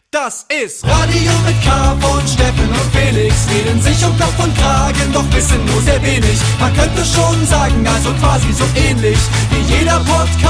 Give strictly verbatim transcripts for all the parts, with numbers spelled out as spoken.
Das ist Radio mit K von Steffen und Felix. Reden sich um Kopf und Kragen, doch wissen nur sehr wenig. Man könnte schon sagen, also quasi so ähnlich wie jeder Podcast,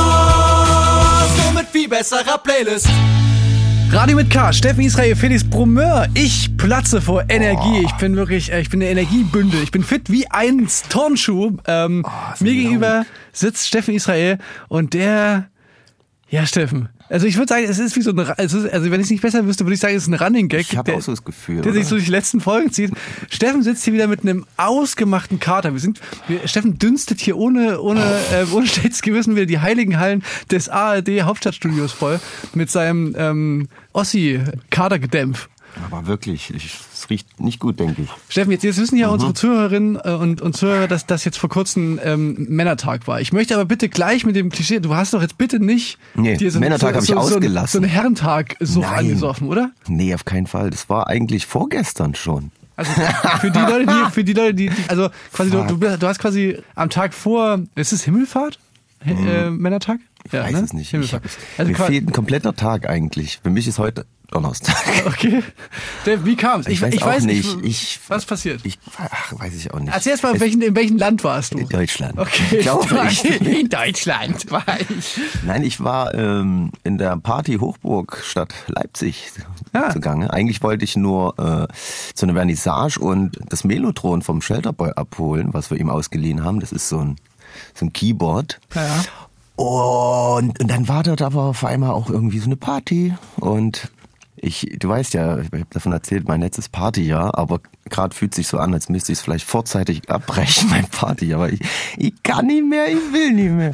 nur mit viel besserer Playlist. Radio mit K, Steffen Israel, Felix Brumeur. Ich platze vor Energie. Ich bin wirklich, ich bin eine Energiebündel. Ich bin fit wie ein Turnschuh. Ähm, oh, mir gegenüber sitzt Steffen Israel und der, ja Steffen, also ich würde sagen, es ist wie so ein, also wenn ich es nicht besser wüsste, würde ich sagen, es ist ein Running Gag. Ich habe auch so das Gefühl, der sich so durch die letzten Folgen zieht. Steffen sitzt hier wieder mit einem ausgemachten Kater. Wir sind, wir, Steffen dünstet hier ohne, ohne, oh. äh, ohne schlechtes Gewissen wieder die heiligen Hallen des A R D Hauptstadtstudios voll mit seinem ähm, Ossi-Katergedämpf. Aber wirklich, ich, es riecht nicht gut, denke ich. Steffen, jetzt, jetzt wissen ja mhm. unsere Zuhörerinnen und, und Zuhörer, dass das jetzt vor kurzem ähm, Männertag war. Ich möchte aber bitte gleich mit dem Klischee, du hast doch jetzt bitte nicht nee, dir so, Männertag so, habe ich so, ausgelassen. So einen Herrentag-Suff angesoffen, oder? Nee, auf keinen Fall. Das war eigentlich vorgestern schon. Also für die Leute, die, für die Leute, die, die also quasi du, du, du hast quasi am Tag vor, ist es Himmelfahrt? Hm. Äh, Männertag? Ich ja, weiß ne? es nicht. Ich hab, also mir fehlt ein kompletter Tag eigentlich. Für mich ist heute Donnerstag. Okay. Dave, wie kam's? Ich, ich weiß, ich weiß nicht. Ich, was passiert? Ich, ach, weiß ich auch nicht. Erzähl erst mal, in welchem, in welchem Land warst du? In Deutschland. Okay. Glaube ich. In Deutschland war ich. Nein, ich war ähm, in der Party-Hochburg-Stadt Leipzig ah. zugange. Eigentlich wollte ich nur äh, zu einer Vernissage und das Mellotron vom Shelterboy abholen, was wir ihm ausgeliehen haben. Das ist so ein, so ein Keyboard. Ja. Und, und dann war dort aber auf einmal auch irgendwie so eine Party und ich, du weißt ja, ich habe davon erzählt, mein letztes Partyjahr, aber gerade fühlt sich so an, als müsste ich es vielleicht vorzeitig abbrechen, mein Partyjahr, aber ich, ich kann nicht mehr, ich will nicht mehr.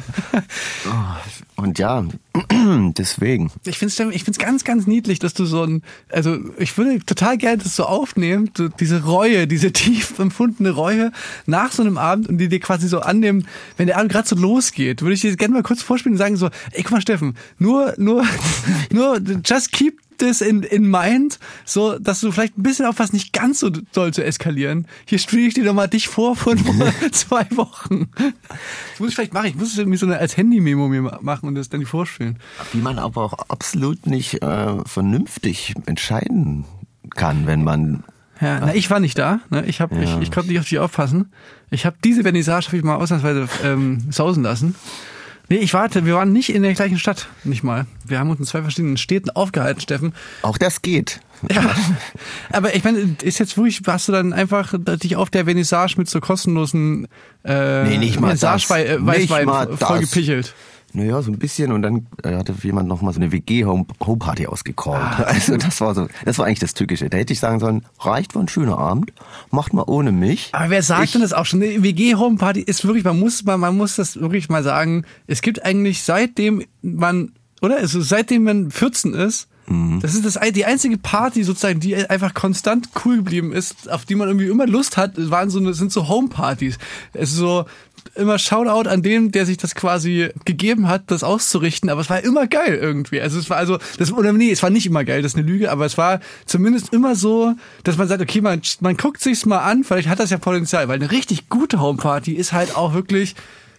Und ja, deswegen. Ich finde es ich find's ganz, ganz niedlich, dass du so ein, also ich würde total gerne das so aufnehmen, so diese Reue, diese tief empfundene Reue nach so einem Abend und die dir quasi so annehmen, wenn der Abend gerade so losgeht, würde ich dir gerne mal kurz vorspielen und sagen so, ey, guck mal Steffen, nur, nur, nur, just keep das in, in mind, so, dass du vielleicht ein bisschen aufpasst, nicht ganz so doll zu eskalieren. Hier spiele ich dir doch mal dich vor von zwei Wochen. Das muss ich vielleicht machen. Ich muss es irgendwie so eine, als Handy-Memo mir machen und das dann die vorspielen. Wie man aber auch absolut nicht äh, vernünftig entscheiden kann, wenn man... Ja, na, ich war nicht da. Ne? Ich, hab, ja. ich, ich konnte nicht auf dich aufpassen. Ich habe diese Vernissage hab ich mal ausnahmsweise ähm, sausen lassen. Nee, ich warte, wir waren nicht in der gleichen Stadt, nicht mal. Wir haben uns in zwei verschiedenen Städten aufgehalten, Steffen. Auch das geht. Ja, aber ich meine, ist jetzt wirklich, hast du dann einfach dich auf der Vernissage mit so kostenlosen äh, nee, nicht mal Vernissage-Weißwein vollgepichelt? Naja, so ein bisschen und dann hatte jemand noch mal so eine W G-Homeparty ausgecallt. Ah. Also das war so, das war eigentlich das Tückische. Da hätte ich sagen sollen, reicht war ein schöner Abend, macht mal ohne mich. Aber wer sagt ich, denn das auch schon? Eine W G-Homeparty ist wirklich, man muss mal, man muss das wirklich mal sagen, es gibt eigentlich seitdem man, oder? Also seitdem man vierzehn ist, mhm. das ist das, die einzige Party sozusagen, die einfach konstant cool geblieben ist, auf die man irgendwie immer Lust hat, waren so, sind so Homepartys. Es ist so, immer Shoutout an den, der sich das quasi gegeben hat, das auszurichten, aber es war immer geil irgendwie. Also es war also, das, oder nee, es war nicht immer geil, das ist eine Lüge, aber es war zumindest immer so, dass man sagt, okay, man, man guckt sich's mal an, vielleicht hat das ja Potenzial, weil eine richtig gute Homeparty ist halt auch wirklich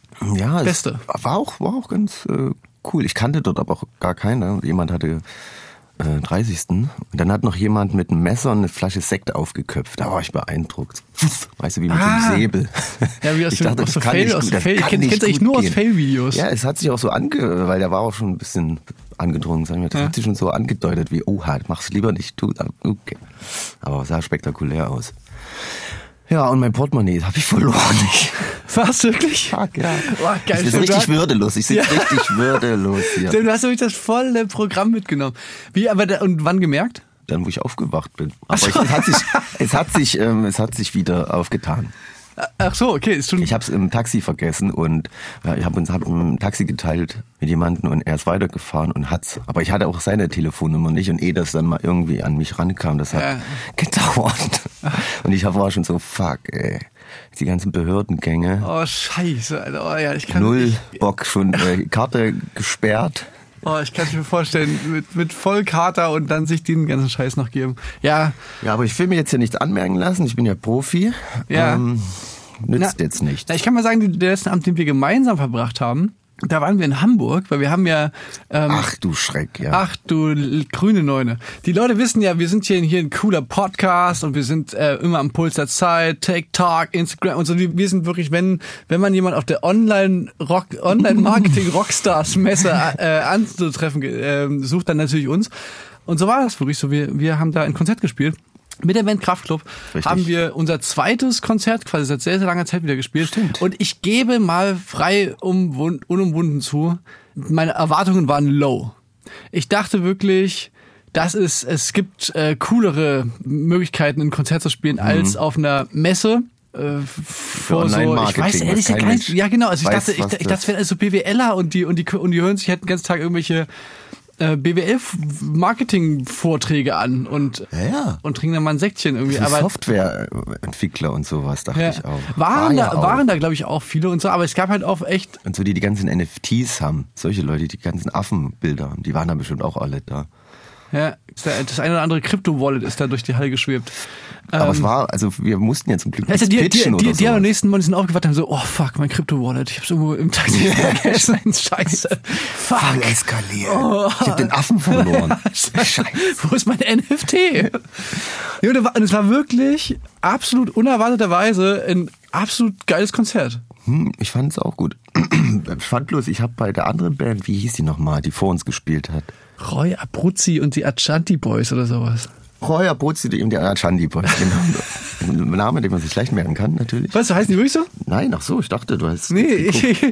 ja, Beste. War auch, war auch ganz äh, cool. Ich kannte dort aber auch gar keinen. Jemand hatte äh, dreißigsten Und dann hat noch jemand mit einem Messer eine Flasche Sekt aufgeköpft. Da war ich beeindruckt. Weißt du, wie mit ah. so einem Säbel. Ja, wie aus ich dem, dachte, aus das so kann Fail, nicht aus gut, so Fail. das kann Kennst nicht du eigentlich nur gehen. aus Fail-Videos? Ja, es hat sich auch so ange... Weil der war auch schon ein bisschen angedrungen, sagen wir. Das ja. hat sich schon so angedeutet wie, oha, mach's lieber nicht. Tu, okay. Aber sah spektakulär aus. Ja, und mein Portemonnaie habe ich verloren. Was, wirklich? Fuck, ja. Boah, geil. Ich bin richtig würdelos. Ich sitze ja. richtig würdelos hier. Du hast wirklich das volle Programm mitgenommen. Wie, aber da, und wann gemerkt? Dann, wo ich aufgewacht bin. Aber ich, es hat sich, es hat sich, ähm, es hat sich wieder aufgetan. Ach so, okay. Ist schon ich habe es im Taxi vergessen und ja, ich habe uns hab ein Taxi geteilt mit jemandem und er ist weitergefahren und hat's. Aber ich hatte auch seine Telefonnummer nicht und eh das dann mal irgendwie an mich rankam, das hat ja. gedauert. Und ich war schon so, fuck, ey. Die ganzen Behördengänge. Oh, scheiße, Alter. Oh, ja, ich kann Null nicht. Bock, schon äh, Karte gesperrt. Oh, ich kann es mir vorstellen, mit, mit Vollkater und dann sich den ganzen Scheiß noch geben. Ja. Ja, aber ich will mir jetzt hier nichts anmerken lassen. Ich bin ja Profi. Ja. Ähm, nützt na, jetzt nichts. Na, ich kann mal sagen, der letzten Abend, den wir gemeinsam verbracht haben, Da waren wir in Hamburg, weil wir haben ja... Ähm, Ach du Schreck, ja. Ach du grüne Neune. Die Leute wissen ja, wir sind hier, hier ein cooler Podcast und wir sind äh, immer am Puls der Zeit, TikTok, Instagram und so. Wir sind wirklich, wenn wenn man jemand auf der Online-Rock, Online-Marketing-Rockstars-Messe äh, anzutreffen äh, sucht, dann natürlich uns. Und so war das wirklich so. Wir, wir haben da ein Konzert gespielt. Mit der Band Kraftklub Richtig. haben wir unser zweites Konzert quasi seit sehr, sehr langer Zeit wieder gespielt. Stimmt. Und ich gebe mal frei umwund, unumwunden zu, meine Erwartungen waren low. Ich dachte wirklich, dass es, es gibt äh, coolere Möglichkeiten, ein Konzert zu spielen, mhm. als auf einer Messe. Äh, vor so, ich weiß ehrlich gesagt gar nicht. Ja, genau. Also ich weiß, dachte, ich, ich dachte, es wären also BWLer und die, und die, und die hören sich halt den ganzen Tag irgendwelche B W L-Marketing-Vorträge an und, ja, ja. und trinken dann mal ein Säckchen irgendwie. Aber Softwareentwickler und sowas, dachte ja. ich auch. Waren, War da, ja waren da, glaube ich, auch viele und so, aber es gab halt auch echt... Und so die die ganzen N F Ts haben, solche Leute, die ganzen Affenbilder haben, die waren da bestimmt auch alle da. Ja, das eine oder andere Krypto-Wallet ist da durch die Halle geschwebt. Aber ähm, es war, also wir mussten ja zum Glück also nicht die, pitchen die, die, oder so. Die am nächsten Morgen sind aufgewacht und haben so, oh fuck, mein Krypto-Wallet, ich hab's irgendwo im Taxi vergessen, scheiße. Fuck. Voll eskaliert. Oh. Ich hab den Affen verloren. Scheiße. Wo ist mein N F T? Und es war wirklich absolut unerwarteterweise ein absolut geiles Konzert. Hm, ich fand es auch gut. Ich fand bloß, ich habe bei der anderen Band, wie hieß die nochmal, die vor uns gespielt hat? Roy Abruzzi und die Ashanti Boys oder sowas. Roy Abruzzi und die Ashanti Boys, genau. Ein Name, den man sich leicht merken kann, natürlich. Was, heißen die wirklich so? Nein, ach so, ich dachte, du hast... Nee, ich...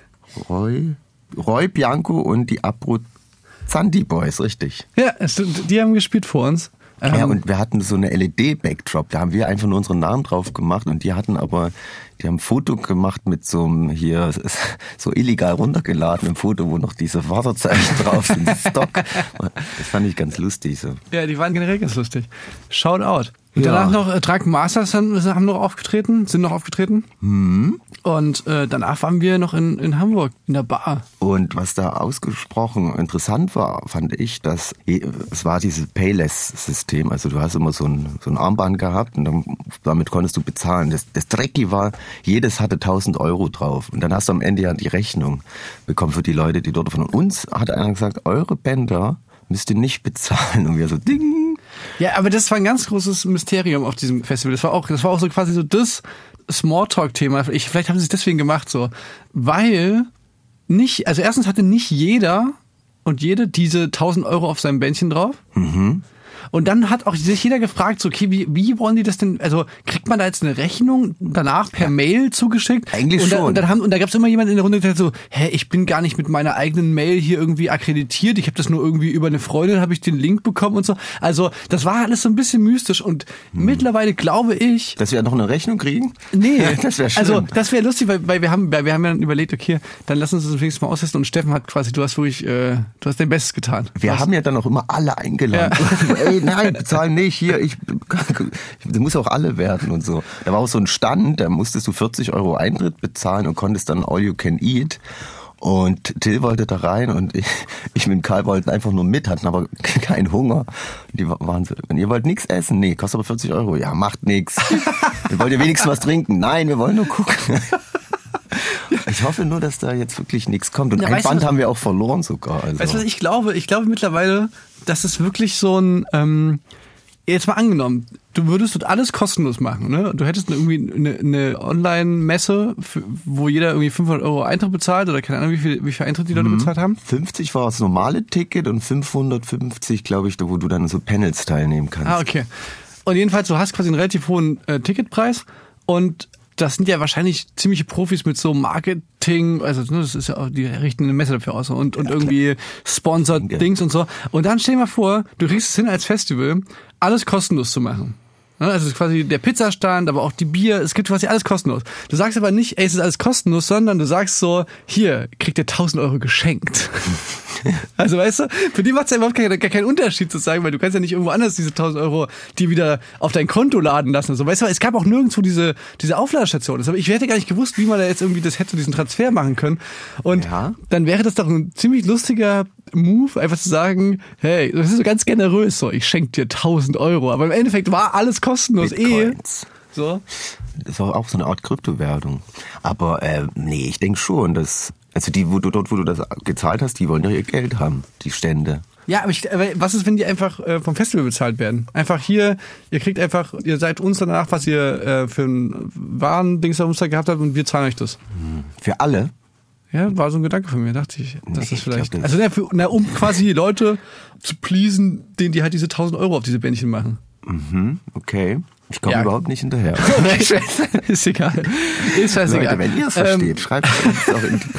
Roy, Roy Bianco und die Abruzzi Boys, richtig. Ja, die haben gespielt vor uns. Ja, und wir hatten so eine L E D-Backdrop, da haben wir einfach nur unseren Namen drauf gemacht und die hatten aber, die haben ein Foto gemacht mit so einem hier, so illegal runtergeladenen Foto, wo noch diese Wasserzeichen drauf sind, Stock. Das fand ich ganz lustig so. Ja, die waren generell ganz lustig. Shout out. Und danach ja. noch äh, Drunken Masters haben, haben noch aufgetreten, sind noch aufgetreten. Mhm. Und äh, danach waren wir noch in, in Hamburg, in der Bar. Und was da ausgesprochen interessant war, fand ich, dass es war dieses Payless-System. Also du hast immer so ein, so ein Armband gehabt und dann, damit konntest du bezahlen. Das, das Drecky war, jedes hatte tausend Euro drauf. Und dann hast du am Ende ja die Rechnung bekommen für die Leute, die dort von uns hat einer gesagt, eure Bänder müsst ihr nicht bezahlen. Und wir so, ding. Ja, aber das war ein ganz großes Mysterium auf diesem Festival. Das war auch, das war auch so quasi so das Smalltalk-Thema. Ich, vielleicht haben sie es deswegen gemacht so, weil nicht, also erstens hatte nicht jeder und jede diese tausend Euro auf seinem Bändchen drauf. Mhm. Und dann hat auch sich jeder gefragt, so, okay, wie, wie wollen die das denn, also kriegt man da jetzt eine Rechnung danach per ja. Mail zugeschickt? Eigentlich und da, schon. Und, dann haben, und da gab es immer jemanden in der Runde, der gesagt so, hä, ich bin gar nicht mit meiner eigenen Mail hier irgendwie akkreditiert, ich habe das nur irgendwie über eine Freundin, habe ich den Link bekommen und so. Also das war alles so ein bisschen mystisch und hm. mittlerweile glaube ich... Dass wir noch eine Rechnung kriegen? Nee, das wäre schön. Also das wäre lustig, weil, weil wir haben weil wir haben ja dann überlegt, okay, dann lass uns das wenigstens mal austesten und Steffen hat quasi, du hast wirklich, äh, du hast dein Bestes getan. Wir was? haben ja dann auch immer alle eingeladen. Ja. Ey, nein, bezahlen nicht, hier, ich, das muss auch alle werden und so. Da war auch so ein Stand, da musstest du vierzig Euro Eintritt bezahlen und konntest dann all you can eat. Und Till wollte da rein und ich, ich mit Karl wollten einfach nur mit, hatten aber keinen Hunger. Die waren so, und ihr wollt nichts essen? Nee, kostet aber vierzig Euro. Ja, macht nichts. Ihr wollt ja wenigstens was trinken? Nein, wir wollen nur gucken. Ich hoffe nur, dass da jetzt wirklich nichts kommt. Und ja, ein Band du, haben wir auch verloren sogar. Also. Weißt du was, ich glaube, ich glaube mittlerweile, dass es wirklich so ein, ähm, jetzt mal angenommen, du würdest dort alles kostenlos machen, ne? Du hättest irgendwie eine, eine Online-Messe, wo jeder irgendwie fünfhundert Euro Eintritt bezahlt oder keine Ahnung, wie viel, wie viel Eintritt die Leute mhm. bezahlt haben. fünfzig war das normale Ticket und fünfhundertfünfzig, glaube ich, wo du dann so Panels teilnehmen kannst. Ah, okay. Und jedenfalls, du hast quasi einen relativ hohen äh, Ticketpreis und das sind ja wahrscheinlich ziemliche Profis mit so Marketing, also ne, das ist ja auch, die richten eine Messe dafür aus und, und ja, irgendwie Sponsored ja. Dings und so. Und dann stell dir mal vor, du kriegst es hin als Festival, alles kostenlos zu machen. Also quasi der Pizzastand, aber auch die Bier, es gibt quasi alles kostenlos. Du sagst aber nicht, ey, es ist alles kostenlos, sondern du sagst so, hier, kriegt ihr tausend Euro geschenkt. Also weißt du, für die macht es ja überhaupt gar, gar keinen Unterschied zu sagen, weil du kannst ja nicht irgendwo anders diese tausend Euro die wieder auf dein Konto laden lassen. Also weißt du, es gab auch nirgendwo diese diese Aufladestation. Deshalb, ich hätte gar nicht gewusst, wie man da jetzt irgendwie das hätte, diesen Transfer machen können. Und ja. dann wäre das doch ein ziemlich lustiger Move, einfach zu sagen, hey, das ist so ganz generös, so, ich schenke dir tausend Euro. Aber im Endeffekt war alles kostenlos Bitcoins. eh. So. Das war auch so eine Art Kryptowährung. Aber äh, nee, ich denke schon, dass Also die, wo du dort, wo du das gezahlt hast, die wollen ja ihr Geld haben, die Stände. Ja, aber, ich, aber was ist, wenn die einfach äh, vom Festival bezahlt werden? Einfach hier, ihr kriegt einfach, ihr seid uns danach, was ihr äh, für ein Warendings am Samstag gehabt habt und wir zahlen euch das. Für alle? Ja, war so ein Gedanke von mir, dachte ich. Das Nee, ist vielleicht. ich glaub nicht. Also na, für, na, um quasi Leute zu pleasen, denen die halt diese tausend Euro auf diese Bändchen machen. Mhm, okay. Ich komme Ja. überhaupt nicht hinterher. Ist egal. Ist scheißegal. Leute, wenn ihr es Ähm, versteht, schreibt es uns auch in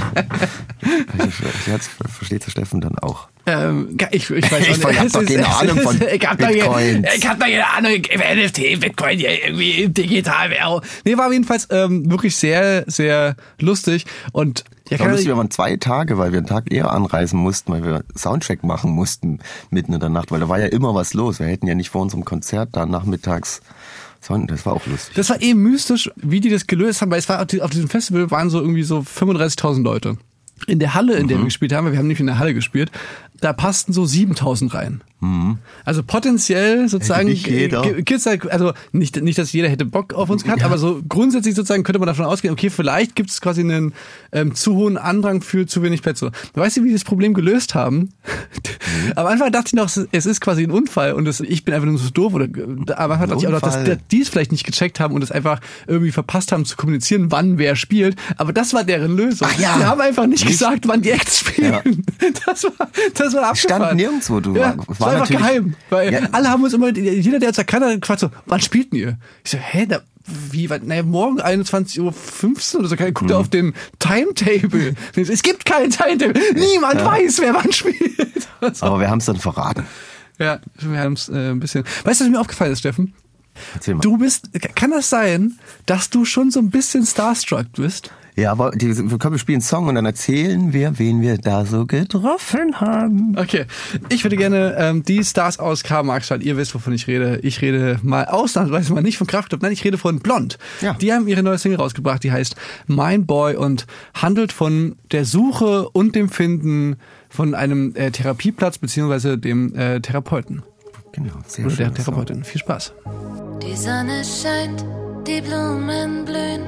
die Jetzt versteht der Steffen dann auch. Ähm, ich, ich weiß Ich auch nicht. hab doch Es ist- keine es Ahnung ist- von ich hab doch keine- Bitcoins. Ich hab doch keine Ahnung, N F T, Bitcoin, ja, irgendwie Digitalwährung. Nee, war jedenfalls ähm, wirklich sehr, sehr lustig. Und ja, Da kann mussten ich, wir mal zwei Tage, weil wir einen Tag eher anreisen mussten, weil wir Soundcheck machen mussten mitten in der Nacht, weil da war ja immer was los. Wir hätten ja nicht vor unserem Konzert da nachmittags, sondern das war auch lustig. das war eben mystisch, wie die das gelöst haben, weil es war auf die- auf diesem Festival waren so irgendwie so fünfunddreißigtausend Leute. In der Halle, in der wir gespielt haben, wir haben nicht in der Halle gespielt, da passten so siebentausend rein. Also potenziell sozusagen, nicht jeder. g- gibt's halt, also nicht, nicht, dass jeder hätte Bock auf uns gehabt, aber so grundsätzlich sozusagen könnte man davon ausgehen, okay, vielleicht gibt es quasi einen ähm, zu hohen Andrang für zu wenig Plätze. Weißt du, wie die das Problem gelöst haben? Am Anfang dachte ich noch, es ist quasi ein Unfall und das, ich bin einfach nur so doof. Oder, am Anfang dachte ich auch noch, dass Unfall. die es vielleicht nicht gecheckt haben und es einfach irgendwie verpasst haben zu kommunizieren, wann wer spielt. Aber das war deren Lösung. Ach ja. Die haben einfach nicht, gesagt, wann die Acts spielen. Ja. Das war, das war abgefahren. Stand nirgendwo, du. Ja, War- das war war einfach natürlich- geheim. Weil Ja. alle haben uns immer, jeder, der uns erkannt hat, gefragt so, wann spielt denn ihr? Ich so, hä, da, wie, was, naja, morgen einundzwanzig Uhr fünfzehn oder so, guckt Mhm. er auf den Timetable. Es gibt keinen Timetable. Niemand weiß, wer wann spielt. Also, Aber wir haben es dann verraten. ja, wir haben es äh, ein bisschen. Weißt du, was mir aufgefallen ist, Steffen? Erzähl mal. Du bist, kann das sein, dass du schon so ein bisschen starstruck bist? Ja, aber die, wir können wir spielen einen Song und dann erzählen wir, wen wir da so getroffen haben. Okay, ich würde gerne ähm, die Stars aus Karl-Marx-Stadt, ihr wisst, wovon ich rede. Ich rede mal ausnahmsweise mal nicht von Kraftklub, nein, ich rede von Blond. Ja. Die haben ihre neue Single rausgebracht, die heißt Mein Boy und handelt von der Suche und dem Finden von einem äh, Therapieplatz beziehungsweise dem äh, Therapeuten. Genau, sehr Oder der schön. Therapeutin. Viel Spaß. Die Sonne scheint, die Blumen blühen.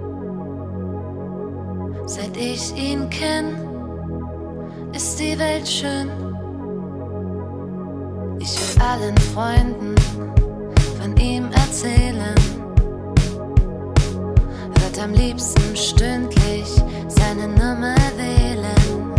Seit ich ihn kenn, ist die Welt schön. Ich will allen Freunden von ihm erzählen. Wird am liebsten stündlich seine Nummer wählen.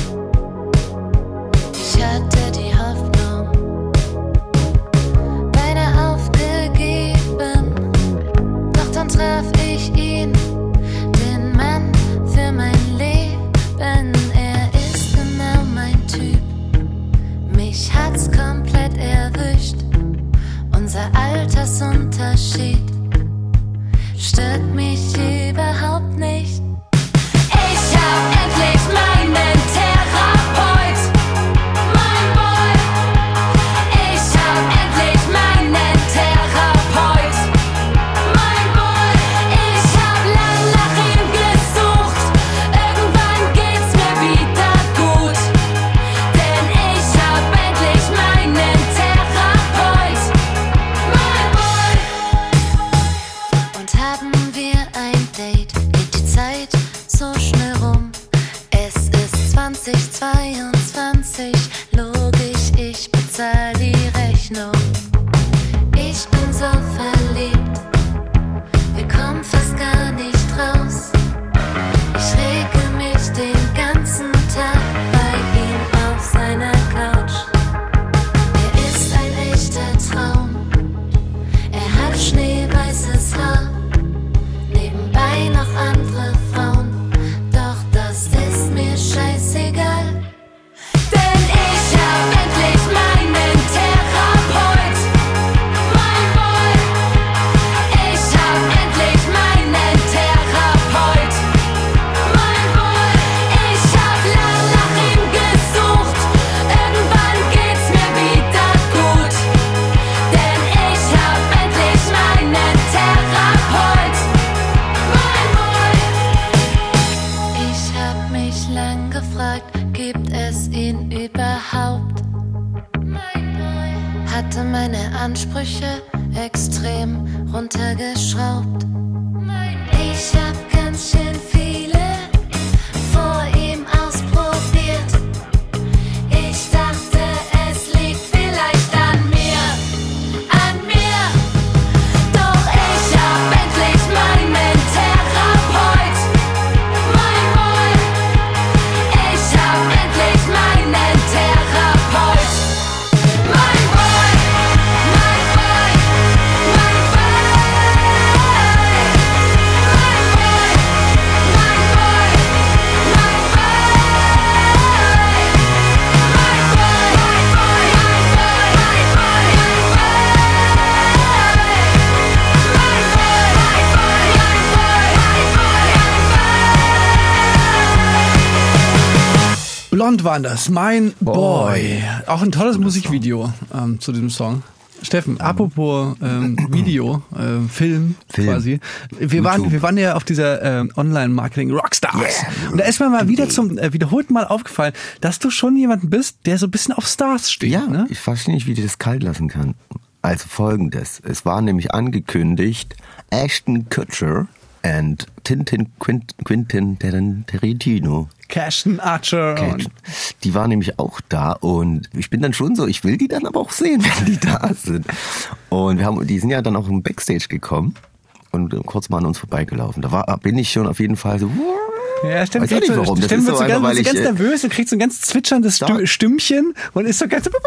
Ich hatte die Hoffnung beinahe aufgegeben, doch dann traf ich ihn, den Mann für mein Leben. Er ist genau mein Typ, mich hat's komplett erwischt. Unser Altersunterschied stört mich überhaupt nicht. Ich hab endlich meinen Therapeut, mein Boy. Ich hab endlich meinen Therapeut, mein Boy. Ich hab lang nach ihm gesucht, irgendwann geht's mir wieder gut. Denn ich hab endlich meinen Therapeut, mein Boy. Und haben wir ein Date, geht die Zeit so schnell rum. Es ist zwanzig zweiundzwanzig, logisch, ich bezahl die Rechnung. Ich bin so verliebt, wir kommen fast gar nicht raus. Ich rege mich den ganzen Tag bei ihm auf seiner Couch. Er ist ein echter Traum, er hat schneeweißes Haar, nebenbei noch andere Frauen, doch das ist mir scheißegal. Denn ich hab endlich meinen Therapeut, mein Boy. Ich hab endlich meinen Therapeut, mein Boy. Ich hab lang nach ihm gesucht, irgendwann geht's mir wieder gut. Denn ich hab endlich meinen Therapeut, mein Boy. Ich hab mich lang gefragt, gibt es ihn überhaupt? Mein Boy. Hatte meine Ansprüche extrem runtergeschraubt. Mein Boy. Ich hab ganz schön viele Vorurteile. Blond waren das, mein Boy. Auch ein tolles Musikvideo ähm, zu diesem Song. Steffen, apropos ähm, Video, äh, Film, Film quasi. Wir waren, wir waren ja auf dieser äh, Online-Marketing-Rockstars. Yeah. Und da ist mir mal wieder zum äh, wiederholten Mal aufgefallen, dass du schon jemand bist, der so ein bisschen auf Stars steht. Ja, ne? ich verstehe nicht, wie die das kalt lassen kann. Also folgendes, es war nämlich angekündigt, Ashton Kutcher und Tintin Quint, Quentin Tarantino. Ashton Archer. Und die war nämlich auch da und ich bin dann schon so, ich will die dann aber auch sehen, wenn die da sind. Und wir haben, die sind ja dann auch im Backstage gekommen und kurz mal an uns vorbeigelaufen. Da war, bin ich schon auf jeden Fall so, ja, stimmt. weiß ich nicht warum. Das Stimmt, ist wird so so ganz, einfach, weil so ganz ich, nervös und kriegt so ein ganz zwitscherndes Ja. Stimmchen und ist so ganz...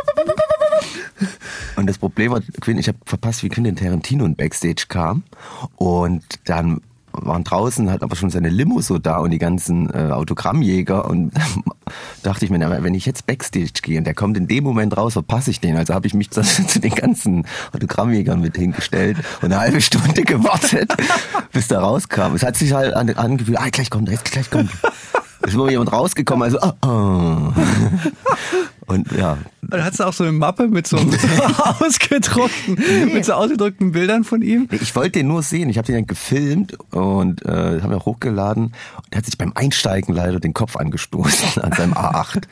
Und das Problem war, ich habe verpasst, wie Quentin Tarantino in Backstage kam und dann waren draußen halt aber schon seine Limo so da und die ganzen äh, Autogrammjäger und dachte ich mir, na, wenn ich jetzt Backstage gehe und der kommt in dem Moment raus, verpasse ich den. Also habe ich mich zu, zu den ganzen Autogrammjägern mit hingestellt und eine halbe Stunde gewartet, bis der rauskam. Es hat sich halt an, angefühlt, ah, gleich kommt er, jetzt gleich kommt er. Es ist nur jemand rausgekommen, also oh, oh. Und ja. Dann hast du auch so eine Mappe mit so ausgedruckten, nee. mit so ausgedruckten Bildern von ihm. Ich wollte den nur sehen. Ich habe den dann gefilmt und äh, haben wir hochgeladen. Und er hat sich beim Einsteigen leider den Kopf angestoßen an seinem A acht.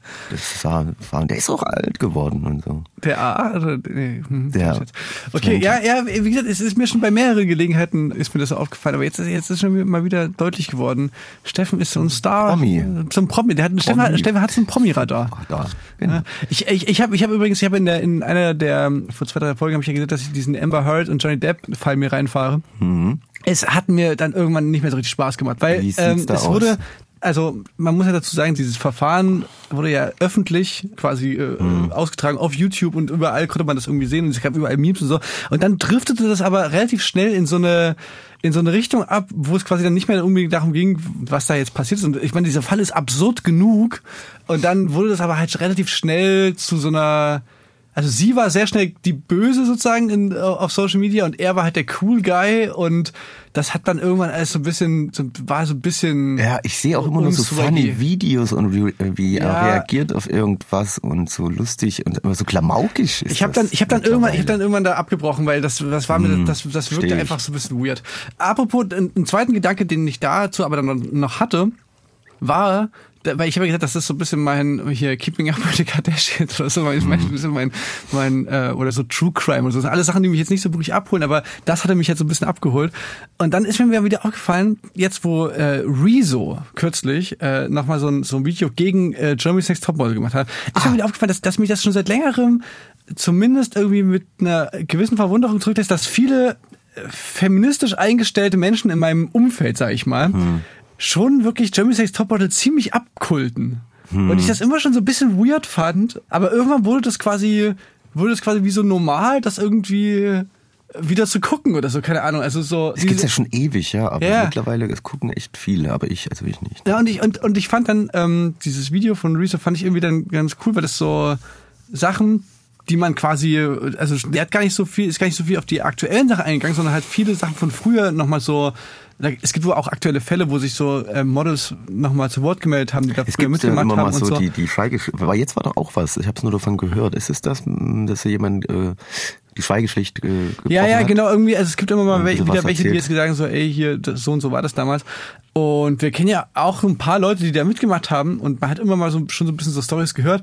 Das war, war, der ist auch alt geworden und so. Der A acht? Oder, nee, hm, der, okay, ja, ja, wie gesagt, es ist mir schon bei mehreren Gelegenheiten ist mir das aufgefallen, aber jetzt, jetzt ist schon mal wieder deutlich geworden. Steffen ist so ein Star. Promi. So ein Promi. Der hat, Promi. Steffen, hat, Steffen hat so ein Promi-Radar. Da, genau. Ja, ich ich, ich habe ich hab übrigens, ich habe in, der, in einer der, vor zwei, drei Folgen habe ich ja gesagt, dass ich diesen Amber Heard und Johnny Depp-Fall mir reinfahre. Mhm. Es hat mir dann irgendwann nicht mehr so richtig Spaß gemacht, weil Wie sieht's ähm, da es aus? wurde, also man muss ja dazu sagen, dieses Verfahren wurde ja öffentlich quasi äh, mhm. ausgetragen auf YouTube und überall konnte man das irgendwie sehen und es gab überall Memes und so. Und dann driftete das aber relativ schnell in so eine in so eine Richtung ab, wo es quasi dann nicht mehr unbedingt darum ging, was da jetzt passiert ist. Und ich meine, dieser Fall ist absurd genug. Und dann wurde das aber halt relativ schnell zu so einer... Also sie war sehr schnell die Böse sozusagen in, auf Social Media und er war halt der Cool Guy und das hat dann irgendwann alles so ein bisschen, so, war so ein bisschen... Ja, ich sehe auch immer nur so funny Videos und wie, wie ja. er reagiert auf irgendwas und so lustig und immer so klamaukisch ist Ich habe dann, ich habe dann irgendwann, ich habe dann irgendwann da abgebrochen, weil das, das war mir, hm, das, das wirkte einfach so ein bisschen weird. Apropos, einen zweiten Gedanke, den ich dazu aber dann noch hatte, war... Weil ich habe ja gesagt, das ist so ein bisschen mein hier Keeping Up with the Kardashians oder so, mein, mhm. ein bisschen mein, mein äh, oder so True Crime oder so. Das sind alles Sachen, die mich jetzt nicht so wirklich abholen, aber das hatte mich jetzt so ein bisschen abgeholt. Und dann ist mir wieder aufgefallen, jetzt wo äh, Rezo kürzlich äh, nochmal so ein, so ein Video gegen äh, Germany's Next Topmodel gemacht hat, ist ah. mir wieder aufgefallen, dass, dass mich das schon seit längerem zumindest irgendwie mit einer gewissen Verwunderung zurücklässt, dass viele feministisch eingestellte Menschen in meinem Umfeld, sag ich mal, mhm. schon wirklich Germany's Next Topmodel ziemlich abkulten. Hm. Und ich das immer schon so ein bisschen weird fand, aber irgendwann wurde das quasi, wurde das quasi wie so normal, das irgendwie wieder zu gucken oder so, keine Ahnung. Also so. Es gibt's ja schon ewig, ja, aber ja. mittlerweile es gucken echt viele, aber ich, also ich nicht. Ja, und ich, und, und ich fand dann, ähm, dieses Video von Rezo fand ich irgendwie dann ganz cool, weil das so Sachen, die man quasi, also der hat gar nicht so viel, ist gar nicht so viel auf die aktuellen Sachen eingegangen, sondern halt viele Sachen von früher nochmal so. Es gibt wohl auch aktuelle Fälle, wo sich so äh, Models nochmal zu Wort gemeldet haben, die da es früher gibt mitgemacht ja immer haben mal und so. so. Die, die Schweigeschrift, aber jetzt war doch auch was, ich habe es nur davon gehört. Ist es das, dass hier jemand äh, die Schweigepflicht äh, gebrochen Ja, ja, hat? genau, irgendwie, also es gibt immer mal welche, wieder welche, die jetzt sagen so, ey, hier, das, so und so war das damals. Und wir kennen ja auch ein paar Leute, die da mitgemacht haben und man hat immer mal so schon so ein bisschen so Storys gehört,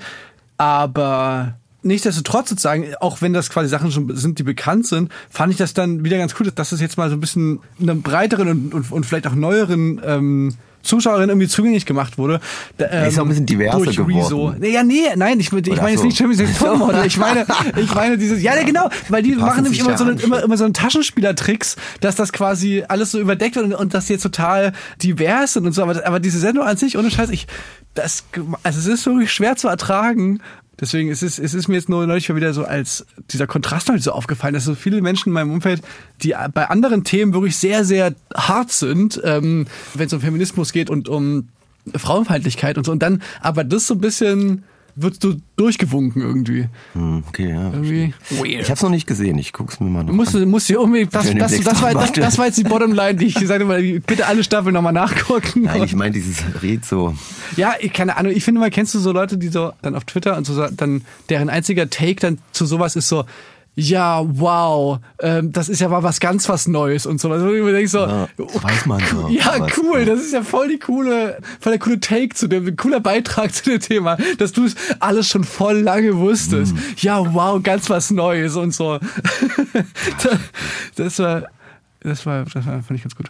aber... Nichtsdestotrotz sozusagen, auch wenn das quasi Sachen schon sind, die bekannt sind, fand ich das dann wieder ganz cool, dass das jetzt mal so ein bisschen einem breiteren und, und, und vielleicht auch neueren ähm, Zuschauerinnen irgendwie zugänglich gemacht wurde. Da, ähm, ist auch ein bisschen diverser durch geworden. Rezo. Nee, ja, nee, nein, ich, ich meine so. jetzt nicht Germany's Next Topmodel. Ich meine, ich meine dieses, ja, genau, weil die machen nämlich immer so, eine, immer, immer so einen Taschenspielertricks, dass das quasi alles so überdeckt wird und, und dass die jetzt total divers sind und so. Aber, aber diese Sendung an sich, ohne Scheiß, ich, das, also es ist wirklich schwer zu ertragen. Deswegen ist es, es ist mir jetzt nur neulich wieder so als dieser Kontrast noch so aufgefallen, dass so viele Menschen in meinem Umfeld, die bei anderen Themen wirklich sehr, sehr hart sind, ähm, wenn es um Feminismus geht und um Frauenfeindlichkeit und so. Und dann aber das so ein bisschen wirst du durchgewunken irgendwie. Hm, okay, ja. Irgendwie weird. Ich hab's noch nicht gesehen, ich guck's mir mal noch du musst, an. Musst dir unbedingt, das, das, das, das, war, das, das war jetzt die Bottomline, die ich gesagt habe, bitte alle Staffeln nochmal nachgucken. Nein, ich meine dieses Red so. Ja, ich, keine Ahnung, ich finde mal, kennst du so Leute, die so dann auf Twitter und so, dann deren einziger Take dann zu sowas ist so, ja, wow, ähm, das ist ja mal was ganz was Neues und so. Also ich denke so, ja, das weiß man so. Ja, was, cool, ja. Das ist ja voll die coole, voll der coole Take zu dem, ein cooler Beitrag zu dem Thema, dass du es alles schon voll lange wusstest. Mm. Ja, wow, ganz was Neues und so. das war, das war, das war, fand ich ganz gut.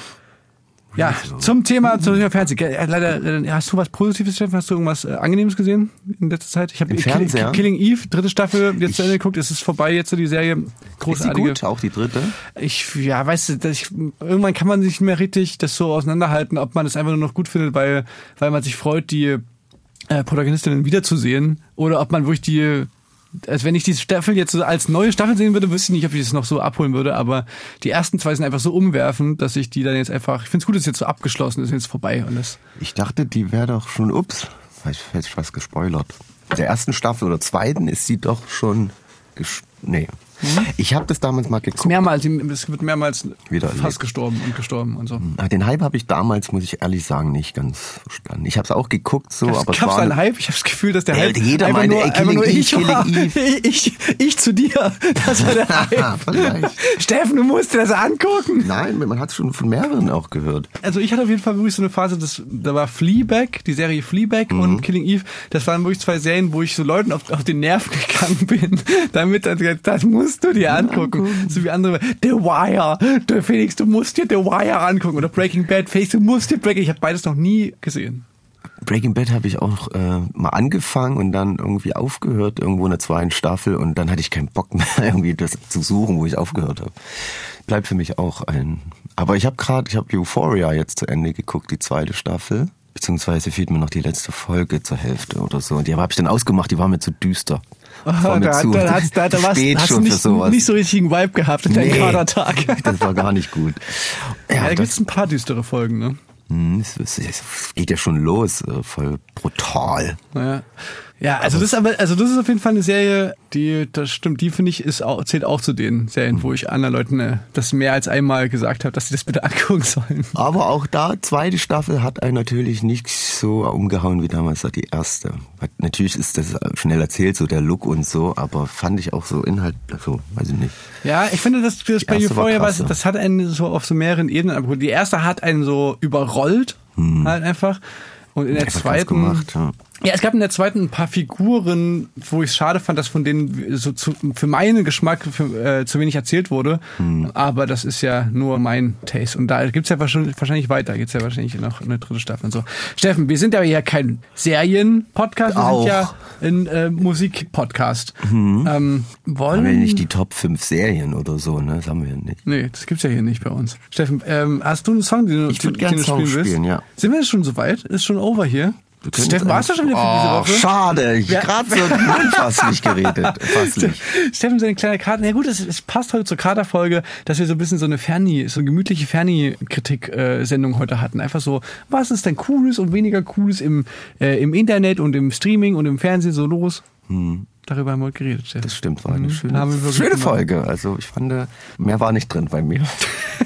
Ja, zum Thema, zum Thema Fernsehen. Leider, leider, hast du was Positives, Steffen? Hast du irgendwas äh, Angenehmes gesehen in letzter Zeit? Ich habe Kill, Killing Eve, dritte Staffel, jetzt zu Ende geguckt. Es ist vorbei, jetzt so die Serie. Großartige. Ist die gut? Auch die dritte? Ich, ja, weißt du, dass ich, irgendwann kann man nicht mehr richtig das so auseinanderhalten, ob man es einfach nur noch gut findet, weil, weil man sich freut, die äh, Protagonistinnen wiederzusehen, oder ob man wirklich die, also wenn ich die Staffel jetzt so als neue Staffel sehen würde, wüsste ich nicht, ob ich das noch so abholen würde, aber die ersten zwei sind einfach so umwerfend, dass ich die dann jetzt einfach, ich finde es gut, dass es jetzt so abgeschlossen ist, jetzt vorbei und das. Ich dachte, die wäre doch schon, ups, hätte ich was gespoilert. Der ersten Staffel oder zweiten ist sie doch schon, ges- nee. Mhm. Ich habe das damals mal geguckt. Mehrmals, es wird mehrmals wieder fast erlebt. gestorben und gestorben und so. Den Hype habe ich damals, muss ich ehrlich sagen, nicht ganz verstanden. Ich habe es auch geguckt, so, Gab's, aber gab's es war einen Hype. Ich habe das Gefühl, dass der ja, Hype jeder einfach meinte, nur, ey, einfach nur Eve, ich war. Eve. Ich, ich zu dir. Das war der Hype. Steffen, du musst dir das angucken. Nein, man hat es schon von mehreren auch gehört. Also ich hatte auf jeden Fall wirklich so eine Phase, das, da war Fleabag, die Serie Fleabag mhm. und Killing Eve. Das waren wirklich zwei Serien, wo ich so Leuten auf, auf den Nerven gegangen bin. Damit, das musst du dir angucken. So wie andere, The Wire, der Felix, du musst dir The Wire angucken. Oder Breaking Bad, Felix, du musst dir Breaking, ich habe beides noch nie gesehen. Breaking Bad habe ich auch äh, mal angefangen und dann irgendwie aufgehört, irgendwo in der zweiten Staffel, und dann hatte ich keinen Bock mehr, irgendwie das zu suchen, wo ich aufgehört habe. Bleibt für mich auch ein... Aber ich habe gerade, ich habe Euphoria jetzt zu Ende geguckt, die zweite Staffel. Beziehungsweise fehlt mir noch die letzte Folge zur Hälfte oder so. Und die habe ich dann ausgemacht, die war mir zu düster. Aha, da, zu, da, hast, da, da warst, hast du nicht, nicht so richtigen Vibe gehabt in nee, deinem Kadertag. Das war gar nicht gut. Ja, ja, da gibt es ein paar düstere Folgen, ne? Es, es, es geht ja schon los, voll brutal. Ja. Ja, also das ist aber, also das ist auf jeden Fall eine Serie, die, das stimmt, die finde ich, ist auch, zählt auch zu den Serien, wo ich anderen Leuten äh, das mehr als einmal gesagt habe, dass sie das bitte angucken sollen. Aber auch da, zweite Staffel hat einen natürlich nicht so umgehauen wie damals die erste. Natürlich ist das schnell erzählt, so der Look und so, aber fand ich auch so Inhalt, so, weiß ich nicht. Ja, ich finde, das, das bei Euphoria war, das hat einen so auf so mehreren Ebenen abgeholt. Die erste hat einen so überrollt, hm. halt einfach. Und in der einfach zweiten, gemacht, ja. Ja, es gab in der zweiten ein paar Figuren, wo ich es schade fand, dass von denen so zu, für meinen Geschmack für, äh, zu wenig erzählt wurde. Hm. Aber das ist ja nur mein Taste. Und da gibt's ja wahrscheinlich, wahrscheinlich weiter. Gibt's ja wahrscheinlich noch eine dritte Staffel und so. Steffen, wir sind ja hier kein Serien-Podcast, wir Auch. sind ja ein äh, Musik-Podcast. Hm. Ähm, wollen haben wir nicht die Top fünf Serien oder so, ne? Das haben wir ja nicht. Nee, das gibt's ja hier nicht bei uns. Steffen, ähm, hast du einen Song, den du, ich würd den, den du Song spielen willst? Spielen, ja. Sind wir jetzt schon so weit? Ist schon over hier? Steffen, warst du schon wieder für oh, diese Woche? Schade, ich ja. gerade so unfasslich geredet. Fasslich. Steffen, seine kleine Karte. Na gut, es, es passt heute zur Katerfolge, dass wir so ein bisschen so eine Ferni, so eine gemütliche Ferni-Kritik-Sendung heute hatten. Einfach so, was ist denn Cooles und weniger Cooles im, äh, im Internet und im Streaming und im Fernsehen so los? Hm. Darüber haben wir heute geredet, Steffen. Das stimmt, war eine mhm. schöne, schöne Folge. Also ich fand, mehr war nicht drin bei mir.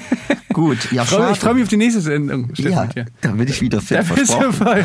Gut, ja, ich freue mich, freu mich auf die nächste Sendung. Ja, ja, da bin ich wieder fit, da versprochen. voll.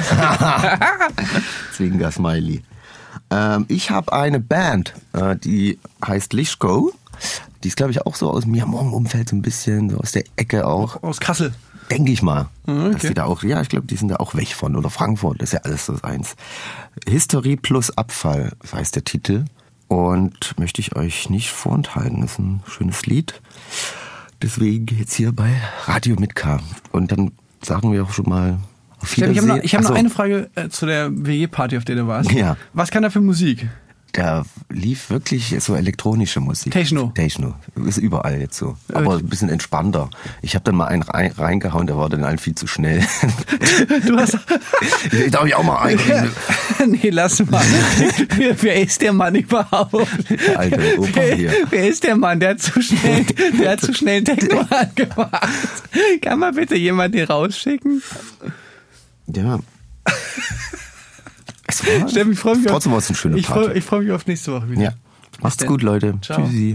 Zwinker Smiley. Ähm, ich habe eine Band, äh, die heißt Lischko. Die ist, glaube ich, auch so aus mir im Umfeld so ein bisschen, so aus der Ecke auch. Aus Kassel. Denke ich mal. Okay. Dass die da auch, ja, ich glaube, die sind da auch weg von. Oder Frankfurt, das ist ja alles so eins. Historie plus Abfall, das heißt der Titel. Und möchte ich euch nicht vorenthalten. Das ist ein schönes Lied. Deswegen jetzt hier bei Radio mit K. Und dann sagen wir auch schon mal auf Wiedersehen. Ich habe noch, ich hab noch so. eine Frage äh, zu der W G-Party, auf der du warst. Ja. Was kann da für Musik? Da lief wirklich so elektronische Musik. Techno. Techno. Ist überall jetzt so. Aber ein bisschen entspannter. Ich habe dann mal einen rein, reingehauen, der war dann allen viel zu schnell. Du hast... ich darf ich auch mal rein. Nee, lass mal. Wer ist der Mann überhaupt? Alter, Opa wer, hier. Wer ist der Mann? Der hat zu schnell, der hat zu schnell Techno angemacht. Kann man bitte jemanden hier rausschicken? Ja. Steffen, ich freue mich Trotzdem auf, war es eine schöne ich Party. freu, ich freue mich auf nächste Woche wieder. Ja. Macht's denn. gut, Leute. Ciao. Tschüssi.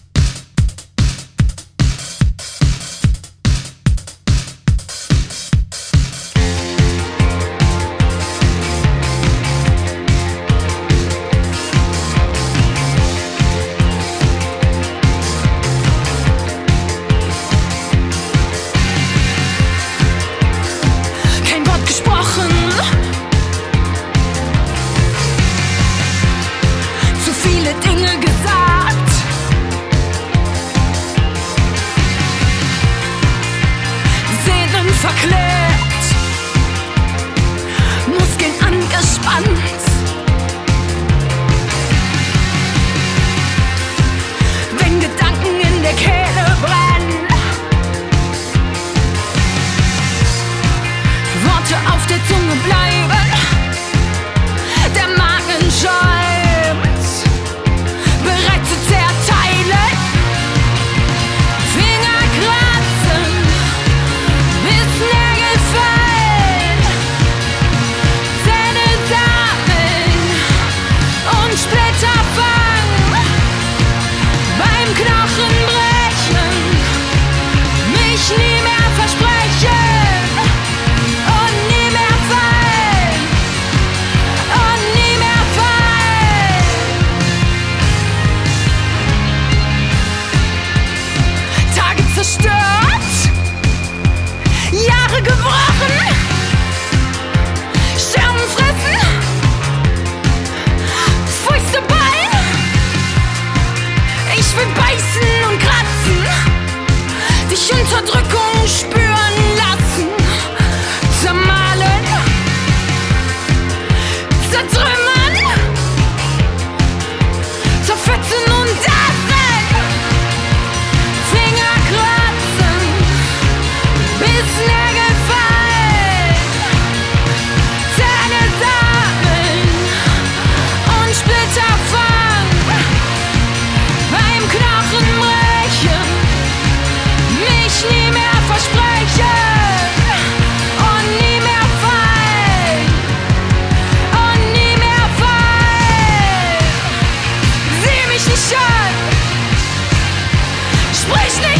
Kein Wort gesprochen, zu viele Dinge gesagt. Seelen verklärt, Muskeln angespannt. Wenn Gedanken in der Kehle brennen, Worte auf der Zunge bleiben, der Magen schäumt, bereit zu zerteilen. Finger kratzen, bis Nägel fallen, Zähne sammeln und Splitter fangen, beim Knochen brechen, mich nie mehr versprechen. Und nie mehr fallen, und nie mehr fallen. Tage zerstört, Jahre gebrochen, Scherben fressen, Fäuste ballen. Ich will beißen und kratzen, dich Unterdrückung spüren lassen. Zermahlen, zertrümmern, zerfetzen und essen. Finger kratzen, bis Nägel fallen, Zähne sammeln und Splitter fangen, beim Knochen brechen, mich nie mehr versprechen. Und nie mehr fallen, und nie mehr fallen. Sieh mich nicht an, sprich nicht.